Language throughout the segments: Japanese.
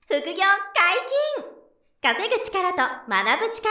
副業解禁！稼ぐ力と学ぶ力。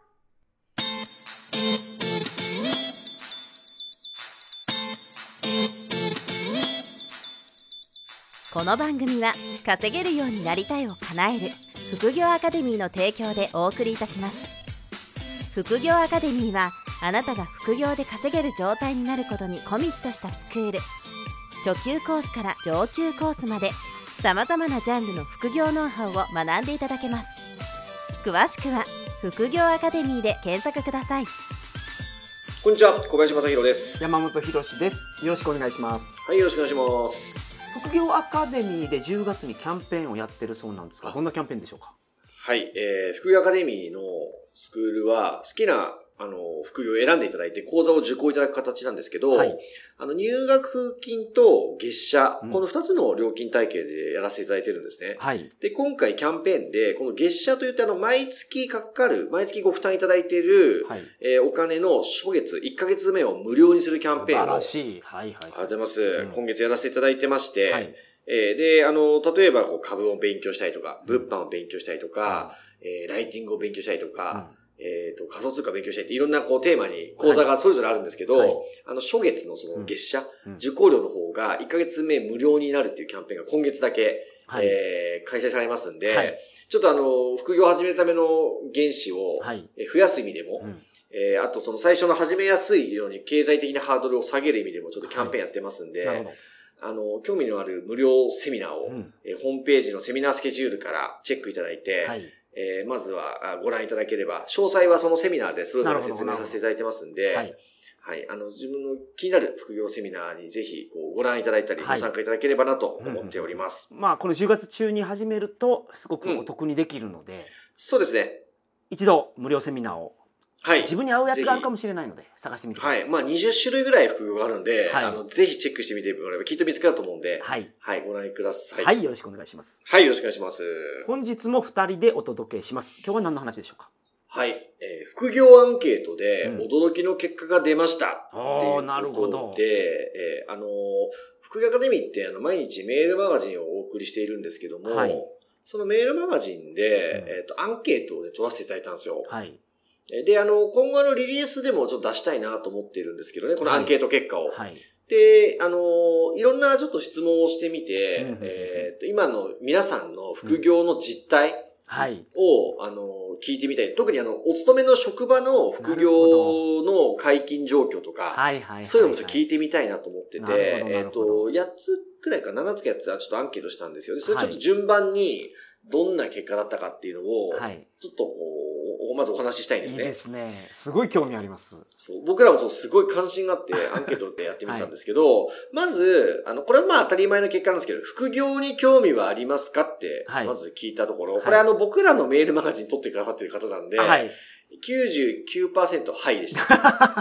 この番組は稼げるようになりたいを叶える副業アカデミーの提供でお送りいたします。副業アカデミーはあなたが副業で稼げる状態になることにコミットしたスクール。初級コースから上級コースまでさまざまなジャンルの副業ノウハウを学んでいただけます。詳しくは副業アカデミーで検索ください。 こんにちは、小林正弘です。 山本博です。よろしくお願いします。 はい、よろしくお願いします。 副業アカデミーで10月にキャンペーンをやってるそうなんですが、どんなキャンペーンでしょうか？ はい、副業アカデミーのスクールは好きな副業を選んでいただいて講座を受講いただく形なんですけど、はい、入学金と月謝、この2つの料金体系でやらせていただいてるんですね。はい、で、今回キャンペーンで、この月謝といって毎月毎月ご負担いただいている、はい、お金の初月、1ヶ月目を無料にするキャンペーンを。 素晴らしい。はいはい。 ありがとうございます。今月やらせていただいてまして、はい、で、例えば株を勉強したりとか、物販を勉強したりとか、ライティングを勉強したりとか、仮想通貨勉強したいっていろんなテーマに講座がそれぞれあるんですけど、はい、初月のその月謝、受講料の方が1ヶ月目無料になるっていうキャンペーンが今月だけ、はい、開催されますんで、はい、ちょっと副業を始めるための原資を増やす意味でも、あとその最初の始めやすいように経済的なハードルを下げる意味でもちょっとキャンペーンやってますんで、はい、興味のある無料セミナーを、ホームページのセミナースケジュールからチェックいただいて、はい、まずはご覧いただければ、詳細はそのセミナーでそれぞれ説明させていただいてますんで、はい。はい。自分の気になる副業セミナーにぜひご覧いただいたり、ご参加いただければなと思っております。 まあ、この10月中に始めると、すごくお得にできるので、 そうですね。 一度無料セミナーを、はい。自分に合うやつがあるかもしれないので、探してみてください。 はい。まあ、20種類ぐらい副業があるんで、はい。ぜひチェックしてみてもらえばきっと見つかると思うんで、はい。はい。ご覧ください。 はい。よろしくお願いします。 はい。よろしくお願いします。 本日も2人でお届けします。今日は何の話でしょうか？ はい。副業アンケートで驚きの結果が出ました。っていうことで、副業アカデミーって毎日メールマガジンをお送りしているんですけども、はい。そのメールマガジンで、アンケートを取らせていただいたんですよ。はい。で、今後リリースでもちょっと出したいなと思っているんですけどね、このアンケート結果を。はい。で、いろんなちょっと質問をしてみて、今の皆さんの副業の実態を、聞いてみたい。特にお勤めの職場の副業の解禁状況とか、そういうのもちょっと聞いてみたいなと思ってて、8つくらいか7つか8つはちょっとアンケートしたんですよ。で、それちょっと順番にどんな結果だったかっていうのを、ちょっとまずお話ししたいんですね。 いいですね。すごい興味あります。 そう、僕らもすごい関心があってアンケートでやってみたんですけど、はい、まず、これはまあ当たり前の結果なんですけど、副業に興味はありますかって、まず聞いたところ、はい、これ僕らのメールマガジン取ってくださってる方なんで、はい、99% はいでした。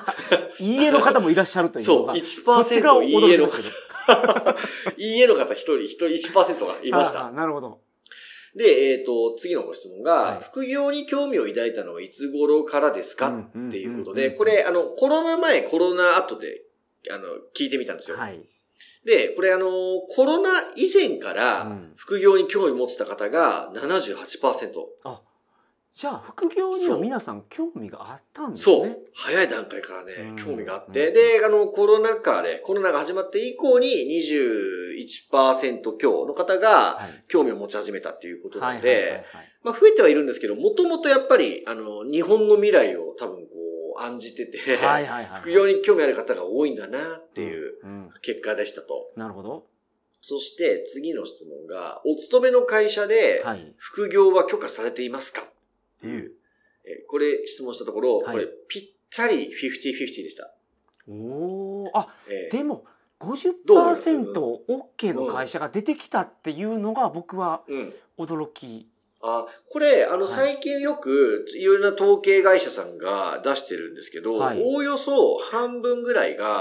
いいえの方もいらっしゃるというのが。そう、1% いいえの方。いいえの方1% がいました。 なるほど。 で、次のご質問が、はい、副業に興味を抱いたのはいつ頃からですかっていうことで、これ、コロナ前、コロナ後で、聞いてみたんですよ。はい。で、これコロナ以前から、副業に興味持ってた方が 78%。 あ、じゃあ、副業には皆さん興味があったんですね。 そう。早い段階からね、興味があって。で、コロナが始まって以降に21% 強の方が興味を持ち始めたっていうことなので、まあ増えてはいるんですけど、もともとやっぱり、日本の未来を多分案じてて、副業に興味ある方が多いんだなっていう結果でしたと。 なるほど。 そして次の質問が、お勤めの会社で副業は許可されていますかっていう、これ質問したところ、これぴったり 50-50 でした。 でも 50% OK の会社が出てきたっていうのが僕は驚き。 これ、最近よくいろいろな統計会社さんが出してるんですけど、おおよそ半分ぐらいが、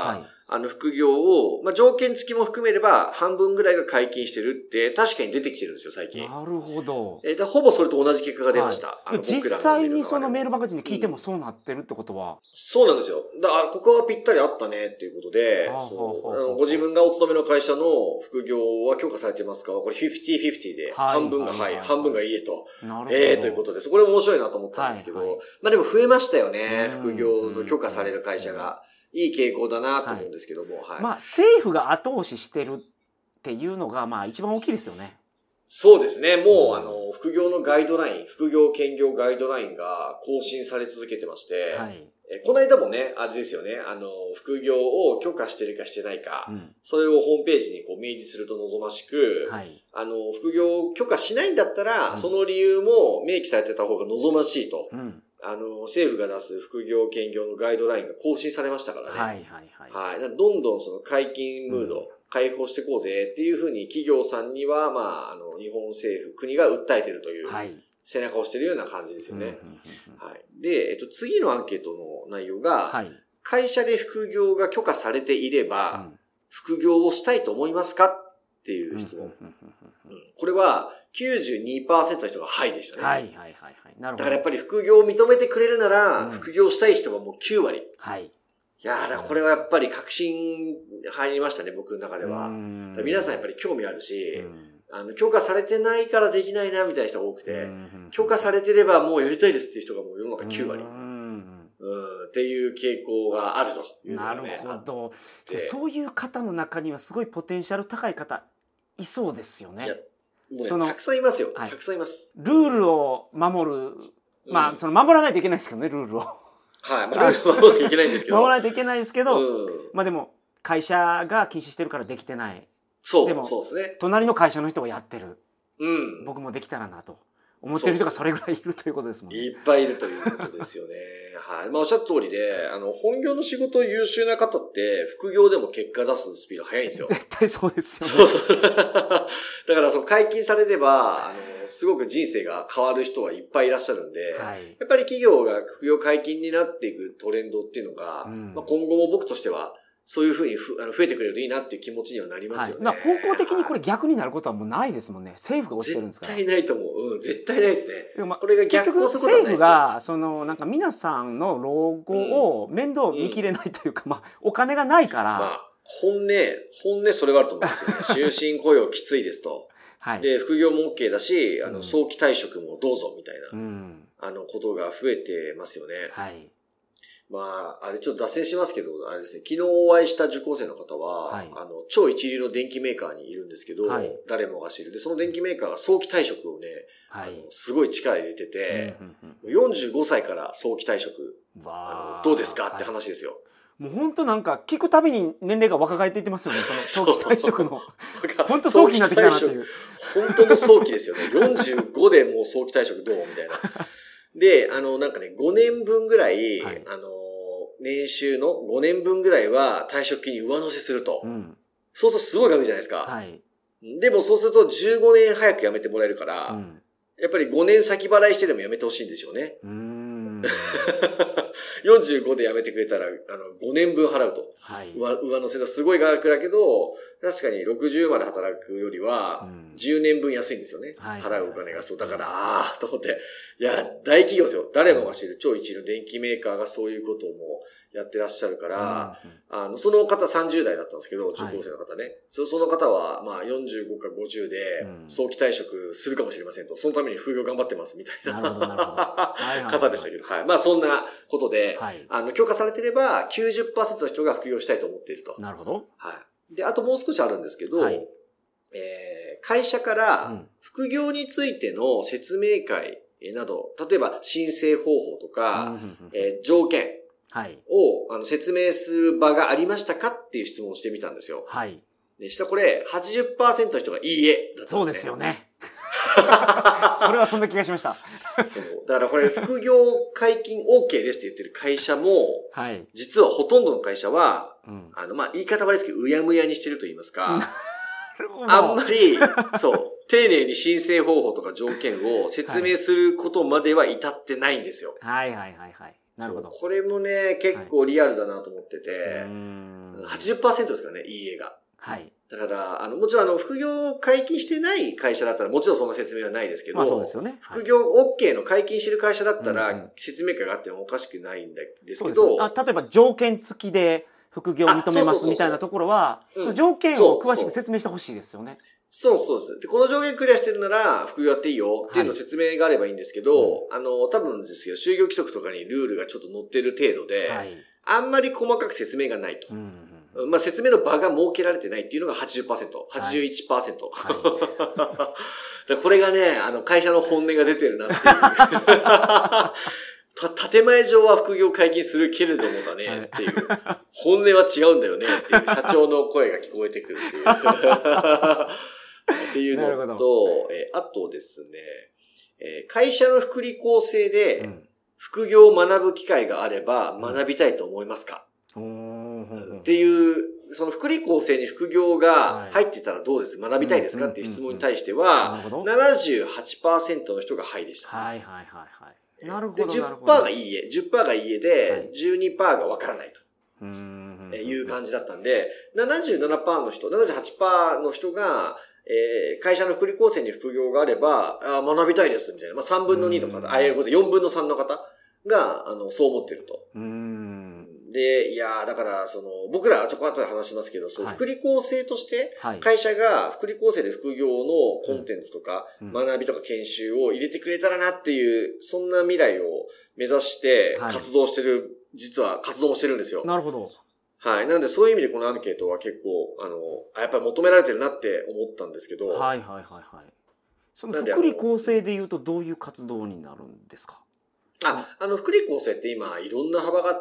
副業を、条件付きも含めれば半分ぐらいが解禁してるって確かに出てきてるんですよ、最近。 なるほど。 ほぼそれと同じ結果が出ました。 実際にそのメールマガジンで聞いてもそうなってるってことは、 そうなんですよ。ここはぴったりあったねっていうことで、ご自分がお勤めの会社の副業は許可されてますか？これ50-50で、半分がはい、半分がいいえと。ということです。これ面白いなと思ったんですけど、でも増えましたよね、副業の許可される会社が。いい傾向だなと思うんですけども。 政府が後押ししてるっていうのが、一番大きいですよね。 そうですね。もう、副業のガイドライン、副業兼業ガイドラインが更新され続けてまして、この間もね、あれですよね、副業を許可してるかしてないか、それをホームページに明示すると望ましく、副業を許可しないんだったら、その理由も明記されてた方が望ましいと。政府が出す副業兼業のガイドラインが更新されましたからね。どんどんその解禁ムード、解放していこうぜっていうふうに企業さんには、日本政府、国が訴えてるという、背中をしてるような感じですよね。で、次のアンケートの内容が、会社で副業が許可されていれば、副業をしたいと思いますかっていう質問。これは 92% の人がはいでしたね。だからやっぱり副業を認めてくれるなら、副業したい人がもう9割。いやー、だからこれはやっぱり確信入りましたね、僕の中では。皆さんやっぱり興味あるし、許可されてないからできないなみたいな人が多くて、許可されてればもうやりたいですっていう人がもう世の中9割。っていう傾向があるというのがね。 なるほど。そういう方の中にはすごいポテンシャル高い方いそうですよね。 もうね、たくさんいますよ。たくさんいます。 ルールを守る。守らないといけないですけどね、ルールを。 ルールを守らないといけないんですけど。 守らないといけないですけど、でも、会社が禁止してるからできてない。 そうですね。 隣の会社の人がやってる。僕もできたらなと思ってる人がそれぐらいいるということですもんね。 いっぱいいるということですよね。おっしゃった通りで、本業の仕事優秀な方って、副業でも結果出すスピード速いんですよ。 絶対そうですよね。 だから解禁されれば、すごく人生が変わる人はいっぱいいらっしゃるんで、やっぱり企業が副業解禁になっていくトレンドっていうのが、今後も僕としては、そういうふうに増えてくれるといいなっていう気持ちにはなりますよね。 方向的にこれ逆になることはもうないですもんね。政府が押してるんですから。 絶対ないと思う。絶対ないですね。これが逆行することはないですよ。政府が、皆さんの老後を面倒見きれないというか、お金がないから。 本音それがあると思うんですよね。終身雇用きついですと。で、副業も OK だし、早期退職もどうぞみたいな、ことが増えてますよね。あれちょっと脱線しますけど、あれですね、昨日お会いした受講生の方は、超一流の電機メーカーにいるんですけど、誰もが知る。で、その電機メーカーが早期退職をね、すごい力入れてて、45歳から早期退職、どうですかって話ですよ。 もう本当聞くたびに年齢が若返っていってますよね、その早期退職の。本当早期になってきたなっていう。 本当の早期ですよね。45でもう早期退職どうみたいな。で、5年分ぐらい、年収の5年分ぐらいは退職金に上乗せすると。そうするとすごい額じゃないですか。でもそうすると15年早く辞めてもらえるから、やっぱり5年先払いしてでも辞めてほしいんですよね。45で辞めてくれたら、5年分払うと。上乗せがすごい額だけど、確かに60まで働くよりは、10年分安いんですよね。払うお金が。そう。だから、と思って。いや、大企業ですよ。誰もが知る超一流の電機メーカーがそういうことをもやってらっしゃるから、その方30代だったんですけど、受講生の方ね。その方は、45か50で、早期退職するかもしれませんと。そのために副業頑張ってます、みたいな方でしたけど。そんなことで、許可されてれば 90% の人が副業したいと思っていると。 なるほど。 で、あともう少しあるんですけど、会社から副業についての説明会など、例えば申請方法とか、条件を説明する場がありましたかっていう質問をしてみたんですよ。で、これ 80% の人がいいえだったんですね。 そうですよね。それはそんな気がしました。 だからこれ副業解禁 OK ですって言ってる会社も、実はほとんどの会社は、言い方悪いですけど、うやむやにしてると言いますか、あんまり、丁寧に申請方法とか条件を説明することまでは至ってないんですよ。 なるほど。 これもね、結構リアルだなと思ってて、80% ですからね、いい絵が。 はい。 だから、もちろん副業解禁してない会社だったら、もちろんそんな説明はないですけど、 そうですよね。 副業 OK の解禁してる会社だったら、説明会があってもおかしくないんですけど、 例えば条件付きで副業を認めますみたいなところは、その条件を詳しく説明してほしいですよね。 そうです。で、この条件クリアしてるなら、副業やっていいよっていうの説明があればいいんですけど、多分ですけど、就業規則とかにルールがちょっと載ってる程度で、あんまり細かく説明がないと。説明の場が設けられてないっていうのが 80%、81%。これがね、会社の本音が出てるなっていう。建前上は副業解禁するけれどもだねっていう。本音は違うんだよねっていう社長の声が聞こえてくるっていう。っていうのと、あとですね、会社の福利厚生で副業を学ぶ機会があれば学びたいと思いますか、っていう、その福利厚生に副業が入ってたらどうです、学びたいですかっていう質問に対しては、78% の人がはいでした。なるほど。で、10% がいいえ、10% がいいえで、12% がわからないという感じだったんで、77% の人、78% の人が、会社の福利厚生に副業があれば、学びたいですみたいな、3分の2の方、4分の3の方が、そう思ってると。で、いやだから、僕らはちょっと後で話しますけど、福利厚生として、会社が福利厚生で副業のコンテンツとか、学びとか研修を入れてくれたらなっていう、そんな未来を目指して活動してる、実は活動もしてるんですよ。 なるほど。 はい。なんでそういう意味でこのアンケートは結構、やっぱり求められてるなって思ったんですけど。 その福利厚生で言うとどういう活動になるんですか？ 福利厚生って今いろんな幅があって、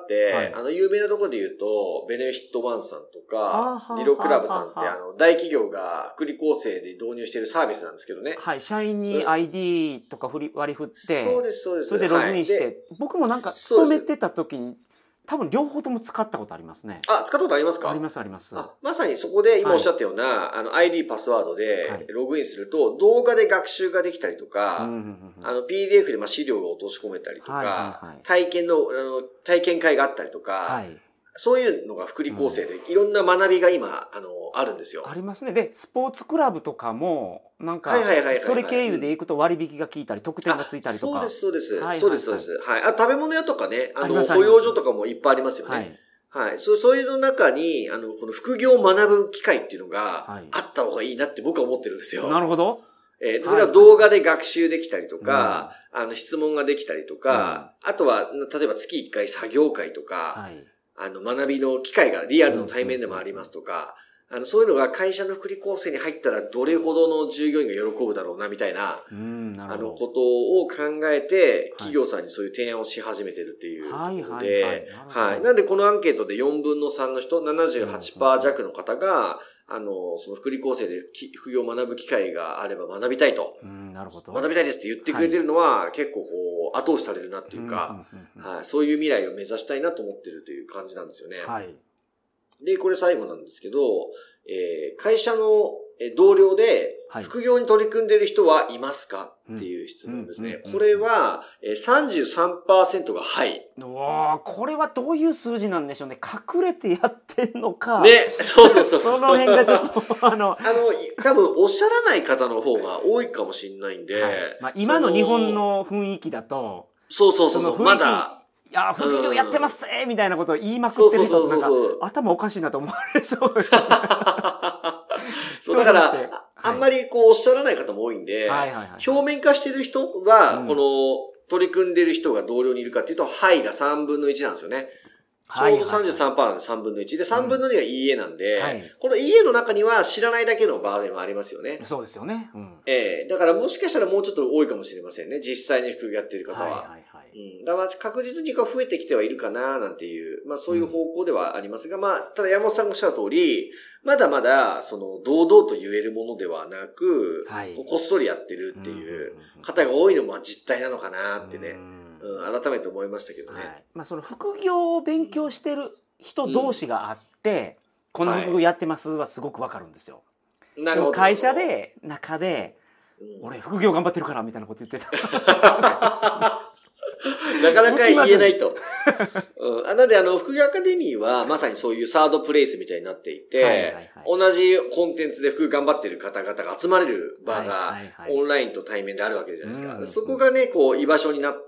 有名なところで言うと、ベネフィットワンさんとか、リロクラブさんって大企業が福利厚生で導入しているサービスなんですけどね。 社員に ID とか割り振って、 そうです。 それでログインして、僕もなんか勤めてた時に、多分両方とも使ったことありますね。 使ったことありますか？ あります。 まさにそこで今おっしゃったような、ID パスワードでログインすると、動画で学習ができたりとか、PDF で資料が落とし込めたりとか、体験会があったりとか、そういうのが福利厚生で、いろんな学びが今、あるんですよ。 ありますね。で、スポーツクラブとかも、なんか、それ経由で行くと割引が効いたり、特典がついたりとか。 そうです。はい。食べ物屋とかね、保養所とかもいっぱいありますよね。そういうの中に、この副業を学ぶ機会っていうのがあった方がいいなって僕は思ってるんですよ。 なるほど。 それが動画で学習できたりとか、質問ができたりとか、あとは、例えば月1回作業会とか、学びの機会がリアルの対面でもありますとか、そういうのが会社の福利厚生に入ったらどれほどの従業員が喜ぶだろうなみたいな、ことを考えて、企業さんにそういう提案をし始めてるっていうところで、なんでこのアンケートで4分の3の人、78% 弱の方が、その福利厚生で副業を学ぶ機会があれば学びたいと。学びたいですって言ってくれてるのは、結構後押しされるなっていうか、そういう未来を目指したいなと思ってるという感じなんですよね。で、これ最後なんですけど、会社の同僚で副業に取り組んでいる人はいますかっていう質問ですね。これは 33% がはい。 これはどういう数字なんでしょうね。隠れてやってんのか。 ね、そう。 その辺がちょっと多分おっしゃらない方の方が多いかもしれないんで。 今の日本の雰囲気だと。 そう。まだ。 副業やってますみたいなことを言いまくってる人ってなんか頭おかしいなと思われそうです。だからあんまりおっしゃらない方も多いんで、表面化してる人はこの取り組んでる人が同僚にいるかっていうと、はいが3分の1なんですよね。ちょうど 33% なんで3分の1で、3分の2がいいえなんで、このいいえの中には知らないだけの場合もありますよね。 そうですよね。 だからもしかしたらもうちょっと多いかもしれませんね。実際に副業やっている方は。だから確実に増えてきてはいるかななんていう、そういう方向ではありますが、ただ山本さんがおっしゃる通り、まだまだ堂々と言えるものではなく、こっそりやってるっていう方が多いのも実態なのかなってね。改めて思いましたけどね。 その副業を勉強してる人同士があって、この副業やってますはすごくわかるんですよ。 なるほど。 会社で、俺副業頑張ってるからみたいなこと言ってた。 なかなか言えないと。なので、副業アカデミーは、まさにそういうサードプレイスみたいになっていて、同じコンテンツで副業頑張っている方々が集まれる場が、オンラインと対面であるわけじゃないですか。そこがね、こう、居場所になって、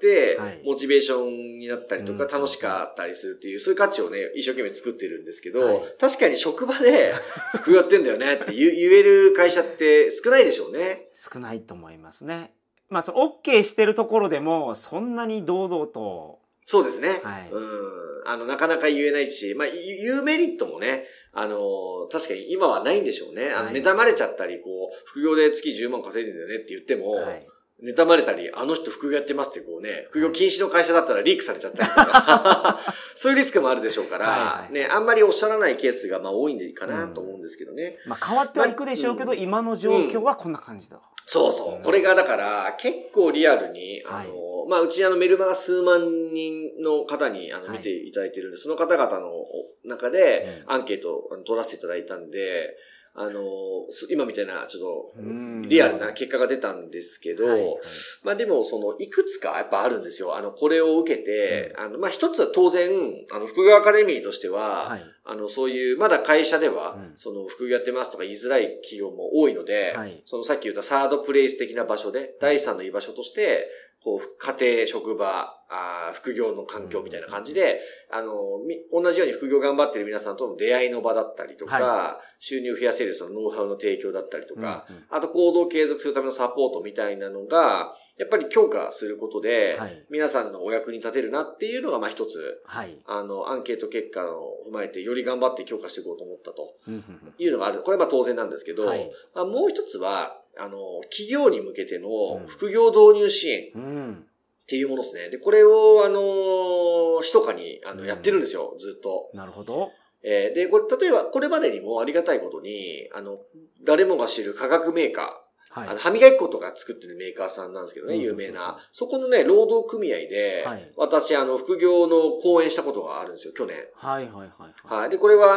モチベーションになったりとか、楽しかったりするっていう、そういう価値をね、一生懸命作ってるんですけど、確かに職場で、副業やってんだよねって言える会社って少ないでしょうね。 少ないと思いますね。まあ、OK してるところでも、そんなに堂々と。 そうですね。なかなか言えないし、まあ、言うメリットもね、確かに今はないんでしょうね。妬まれちゃったり、こう、副業で月10万稼いでんだよねって言っても、妬まれたり、あの人副業やってますってこうね、副業禁止の会社だったらリークされちゃったりとか、そういうリスクもあるでしょうから、ね、あんまりおっしゃらないケースがまあ多いんでいいかなと思うんですけどね。 まあ変わってはいくでしょうけど、今の状況はこんな感じだ。 そうそう。これがだから、結構リアルに、まあ、うちメルマガ数万人の方に見ていただいてるんで、その方々の中でアンケートを取らせていただいたんで、今みたいなちょっとリアルな結果が出たんですけど、まあでもいくつかやっぱあるんですよ。これを受けて、まあ一つは当然、副業アカデミーとしては、そういう、まだ会社では、副業やってますとか言いづらい企業も多いので、さっき言ったサードプレイス的な場所で、第三の居場所として、こう、家庭、職場、副業の環境みたいな感じで、同じように副業頑張ってる皆さんとの出会いの場だったりとか、収入を増やせるノウハウの提供だったりとか、あと行動を継続するためのサポートみたいなのが、やっぱり強化することで、皆さんのお役に立てるなっていうのが、まあ一つ、アンケート結果を踏まえて、より頑張って強化していこうと思ったというのがある。これはまあ当然なんですけど、まあ、もう一つは、企業に向けての副業導入支援っていうものですね。で、これを、密かに、やってるんですよ、ずっと。 なるほど。 で、例えば、これまでにもありがたいことに、誰もが知る化学メーカー、歯磨き粉とか作ってるメーカーさんなんですけどね、有名な。そこのね、労働組合で、私、副業の講演したことがあるんですよ、去年。で、これは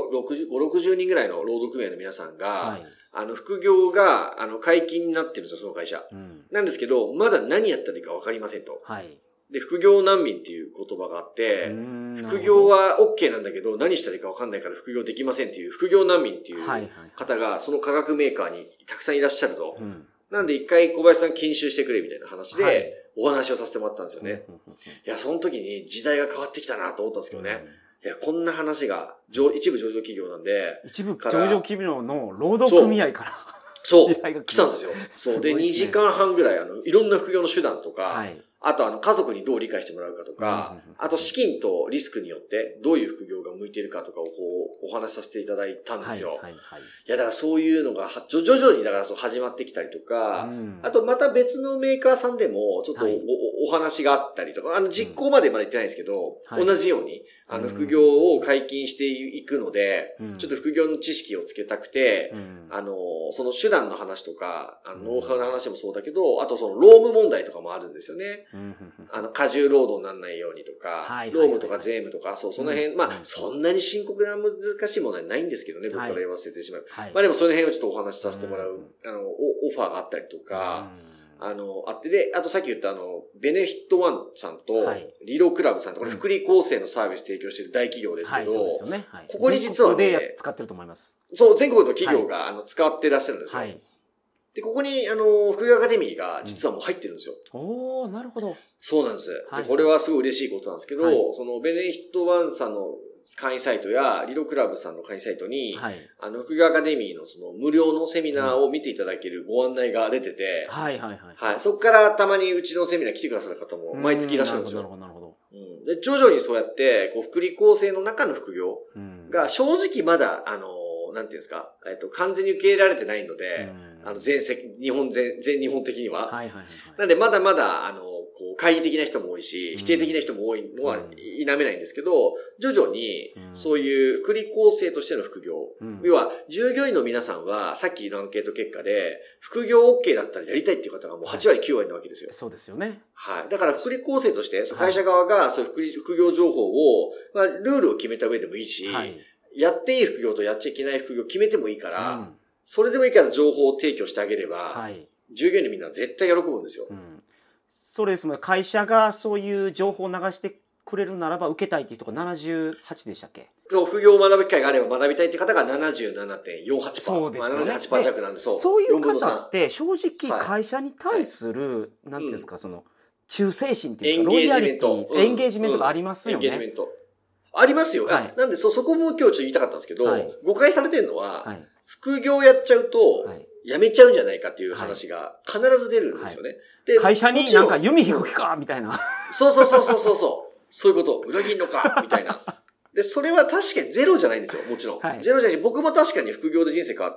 50、60人ぐらいの労働組合の皆さんが、副業が、解禁になってるんですよ、その会社。なんですけど、まだ何やったらいいか分かりませんと。で、副業難民っていう言葉があって、副業は OK なんだけど、何したらいいか分かんないから副業できませんっていう、副業難民っていう方が、その化学メーカーにたくさんいらっしゃると。なんで一回小林さん研修してくれみたいな話で、お話をさせてもらったんですよね。いや、その時に時代が変わってきたなと思ったんですけどね。いや、こんな話が、一部上場企業なんで。 一部上場企業の労働組合から。 そう、来たんですよ。そう。で、2時間半ぐらい、いろんな副業の手段とか、あと家族にどう理解してもらうかとか、あと資金とリスクによってどういう副業が向いているかとかをこう、お話しさせていただいたんですよ。いや、だからそういうのが、徐々にだからそう始まってきたりとか、あとまた別のメーカーさんでも、ちょっとお話があったりとか、実行まで言ってないんですけど、同じように、副業を解禁していくので、ちょっと副業の知識をつけたくて、その手段の話とか、ノウハウの話もそうだけど、あとその労務問題とかもあるんですよね。過重労働にならないようにとか、労務とか税務とか、その辺、まあ、そんなに深刻な難しいものはないんですけどね、僕から言わせてしまう。まあでもその辺をちょっとお話しさせてもらう、オファーがあったりとか、あって、で、あとさっき言ったベネフィットワンさんと、リロークラブさんと、これ福利厚生のサービス提供している大企業ですけど、ここに実はね、使ってると思います。 そう、全国の企業が使ってらっしゃるんですよ。で、ここに、副業アカデミーが実はもう入ってるんですよ。 おー、なるほど。 そうなんです。で、これはすごい嬉しいことなんですけど、そのベネフィットワンさんの会員サイトや、リロクラブさんの会員サイトに、副業アカデミーのその無料のセミナーを見ていただけるご案内が出てて、そこからたまにうちのセミナー来てくださる方も毎月いらっしゃるんですよ。なるほど。で、徐々にそうやって、福利厚生の中の副業が正直まだ、なんていうんですか、完全に受け入れられてないので、全日本的には。なんで、まだまだ、懐疑的な人も多いし、否定的な人も多いのは否めないんですけど、徐々に、そういう福利厚生としての副業。要は、従業員の皆さんは、さっきのアンケート結果で、副業 OK だったらやりたいっていう方がもう8割9割なわけですよ。 そうですよね。 はい。だから福利厚生として、会社側がそういう副業情報を、まあ、ルールを決めた上でもいいし、やっていい副業とやっちゃいけない副業決めてもいいから、それでもいいから情報を提供してあげれば、従業員のみんな絶対喜ぶんですよ。 そうですね。会社がそういう情報を流してくれるならば受けたいっていう人が78でしたっけ？ そう、副業を学ぶ機会があれば学びたいって方が 77.48%。 そうですよね。 78% 弱なんで、 そういう方って正直会社に対する、なんていうんですか、その、忠誠心っていうか、ロイヤリティ、エンゲージメントがありますよね。 エンゲージメント。ありますよ。なんで、そこも今日ちょっと言いたかったんですけど、誤解されてるのは、副業やっちゃうと、辞めちゃうんじゃないかっていう話が必ず出るんですよね。 で、会社になんか弓引く気かみたいな。 そう。そういうこと。裏切んのかみたいな。で、それは確かにゼロじゃないんですよ。もちろん。ゼロじゃないし、僕も確かに副業で人生変わって、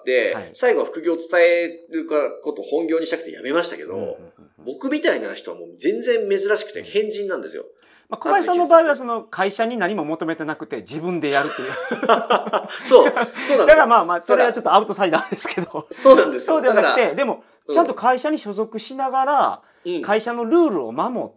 最後は副業を伝えることを本業にしたくて辞めましたけど、僕みたいな人はもう全然珍しくて変人なんですよ。 小林さんの場合はその会社に何も求めてなくて自分でやるっていう。 そうなんですよ。 だからそれはちょっとアウトサイダーですけど。 そうなんですよ。 そうではなくて、でも、ちゃんと会社に所属しながら、会社のルールを守って、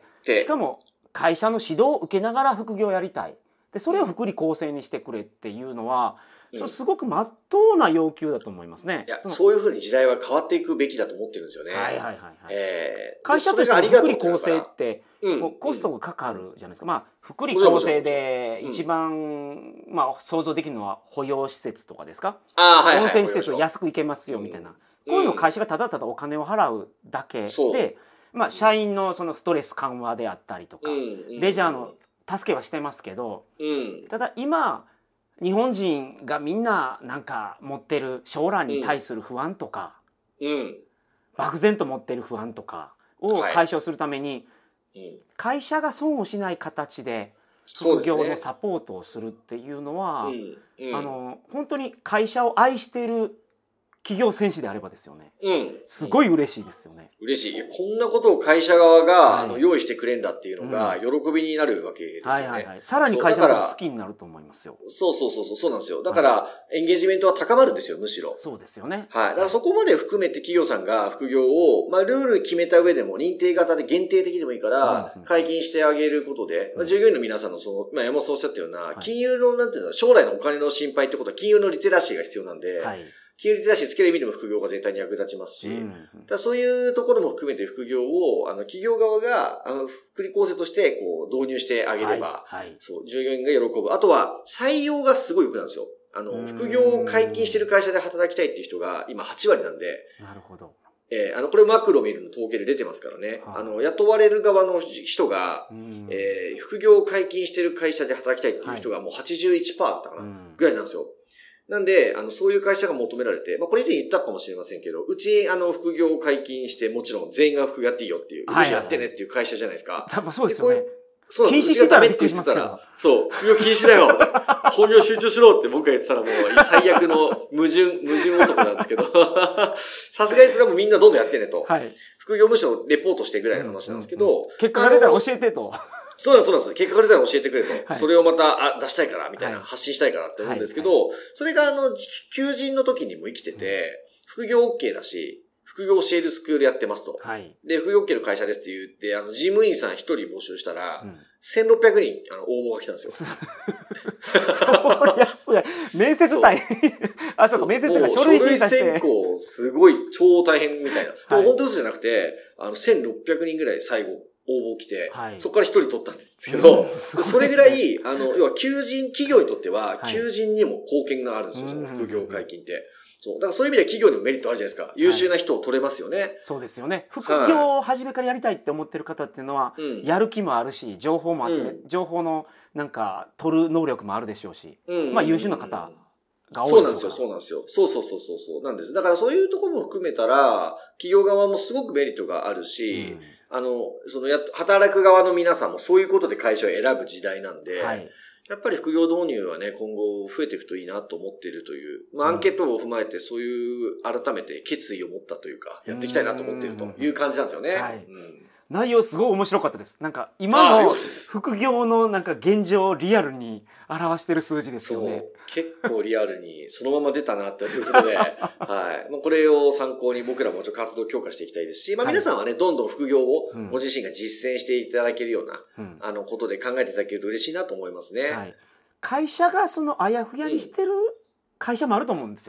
しかも会社の指導を受けながら副業をやりたい。で、それを福利厚生にしてくれっていうのは、それすごく真っ当な要求だと思いますね。 いや、そういうふうに時代は変わっていくべきだと思ってるんですよね。 会社としての福利厚生って、もうコストがかかるじゃないですか。まあ、福利厚生で一番、まあ、想像できるのは保養施設とかですか？温泉施設を安く行けますよみたいな。こういうの会社がただただお金を払うだけで、まあ、社員のそのストレス緩和であったりとか、レジャーの助けはしてますけど、ただ今、日本人がみんななんか持ってる将来に対する不安とか、漠然と持ってる不安とかを解消するために、会社が損をしない形で副業のサポートをするっていうのは、本当に会社を愛している企業戦士であればですよね。すごい嬉しいですよね。 嬉しい。こんなことを会社側が用意してくれんだっていうのが喜びになるわけですよね。 さらに会社のこと好きになると思いますよ。 そうなんですよ。だから、エンゲージメントは高まるんですよ、むしろ。 そうですよね。 だからそこまで含めて企業さんが副業を、まあ、ルール決めた上でも認定型で限定的でもいいから、解禁してあげることで、従業員の皆さんのまあ、山本さんおっしゃったような、金融の、なんていうの、将来のお金の心配ってことは金融のリテラシーが必要なんで、金融リテラシーつける意味でも副業が絶対に役立ちますし、だそういうところも含めて副業を、企業側が、福利厚生として、こう、導入してあげれば、そう、従業員が喜ぶ。あとは、採用がすごい良くなるんですよ。副業を解禁してる会社で働きたいっていう人が今8割なんで。 なるほど。 これマクロ見るの統計で出てますからね。雇われる側の人が、副業を解禁してる会社で働きたいっていう人がもう 81% だったかな、ぐらいなんですよ。なんで、そういう会社が求められて、まあ、これ以前言ったかもしれませんけど、うち、副業を解禁して、もちろん全員が副業やっていいよっていう、うちやってねっていう会社じゃないですか。 そうですよね。 そう禁止してたらびっくりしますけど。そう、副業禁止だよ。本業集中しろって僕が言ってたらもう最悪の矛盾男なんですけど。さすがにそれはもうみんなどんどんやってねと。副業むしろレポートしてぐらいの話なんですけど。 結果が出たら教えてと。 そうなんです。結果が出たら教えてくれと。それをまた出したいから、みたいな、発信したいからって思うんですけど、それが求人の時にも生きてて、副業 OK だし、副業教えるスクールやってますと。で、副業 OK の会社ですって言って、事務員さん1人募集したら、1600人、応募が来たんですよ。 そりゃすごい。面接大変。そうか、面接が書類審査して。 書類選考、すごい、超大変みたいな。でも本当嘘じゃなくて、1600人ぐらい最後、応募来て、そこから1人取ったんですけど、それぐらい、要は企業にとっては、求人にも貢献があるんですよ、その副業解禁って。そう。だからそういう意味では企業にもメリットあるじゃないですか。優秀な人を取れますよね。 そうですよね。副業を初めからやりたいって思ってる方っていうのは、やる気もあるし、情報も集め、情報のなんか取る能力もあるでしょうし、まあ優秀な方が多いですよ。 そうなんですよ。そうなんです。だからそういうところも含めたら、企業側もすごくメリットがあるし、働く側の皆さんもそういうことで会社を選ぶ時代なんで、やっぱり副業導入はね、今後増えていくといいなと思っているという、まあアンケートを踏まえてそういう改めて決意を持ったというか、やっていきたいなと思っているという感じなんですよね。 内容すごい面白かったです。なんか今の副業のなんか現状をリアルに表してる数字ですよね。 結構リアルにそのまま出たなということで、これを参考に僕らもちょっと活動強化していきたいですし、まあ皆さんはね、どんどん副業をご自身が実践していただけるような、ことで考えていただけると嬉しいなと思いますね。 会社がそのあやふやにしてる会社もあると思うんですよ。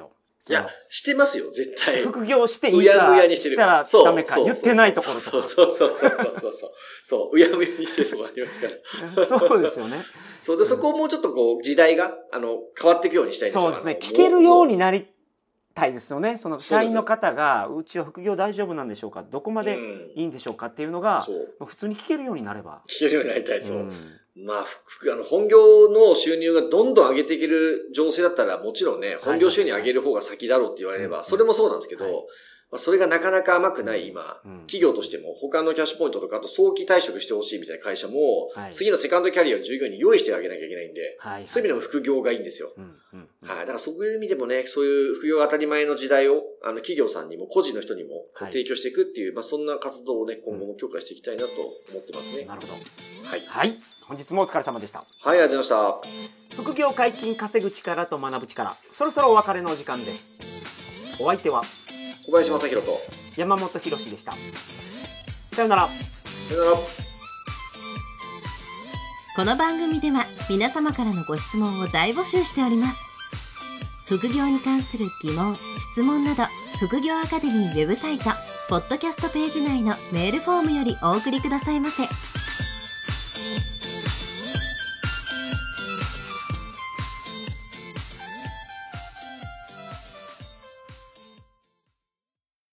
いや、してますよ、絶対。 副業していいか、 うやにしてる。 したらダメか、言ってないところとか。 そう。そう、うやむやにしてるところありますから。 そうですよね。 そうで、そこをもうちょっとこう、時代が、変わっていくようにしたいんですよ。 そうですね。聞けるようになりたいですよね。その社員の方が、うちは副業大丈夫なんでしょうか、どこまでいいんでしょうかっていうのが、普通に聞けるようになれば。 聞けるようになりたい、そう。まあ、本業の収入がどんどん上げていける情勢だったら、もちろんね、本業収入上げる方が先だろうって言われれば、それもそうなんですけど、それがなかなか甘くない今、企業としても他のキャッシュポイントとか、あと早期退職してほしいみたいな会社も、次のセカンドキャリアを従業員に用意してあげなきゃいけないんで、そういう意味でも副業がいいんですよ。だからそういう意味でもね、そういう副業当たり前の時代を、企業さんにも個人の人にも提供していくっていう、まあそんな活動をね、今後も強化していきたいなと思ってますね。 なるほど。はい。本日もお疲れ様でした。 はい、ありがとうございました。副業解禁、稼ぐ力と学ぶ力、そろそろお別れのお時間です。お相手は小林正弘と山本博史でした。さよなら。 さよなら。 この番組では皆様からのご質問を大募集しております。副業に関する疑問・質問など、副業アカデミーウェブサイトポッドキャストページ内のメールフォームよりお送りくださいませ。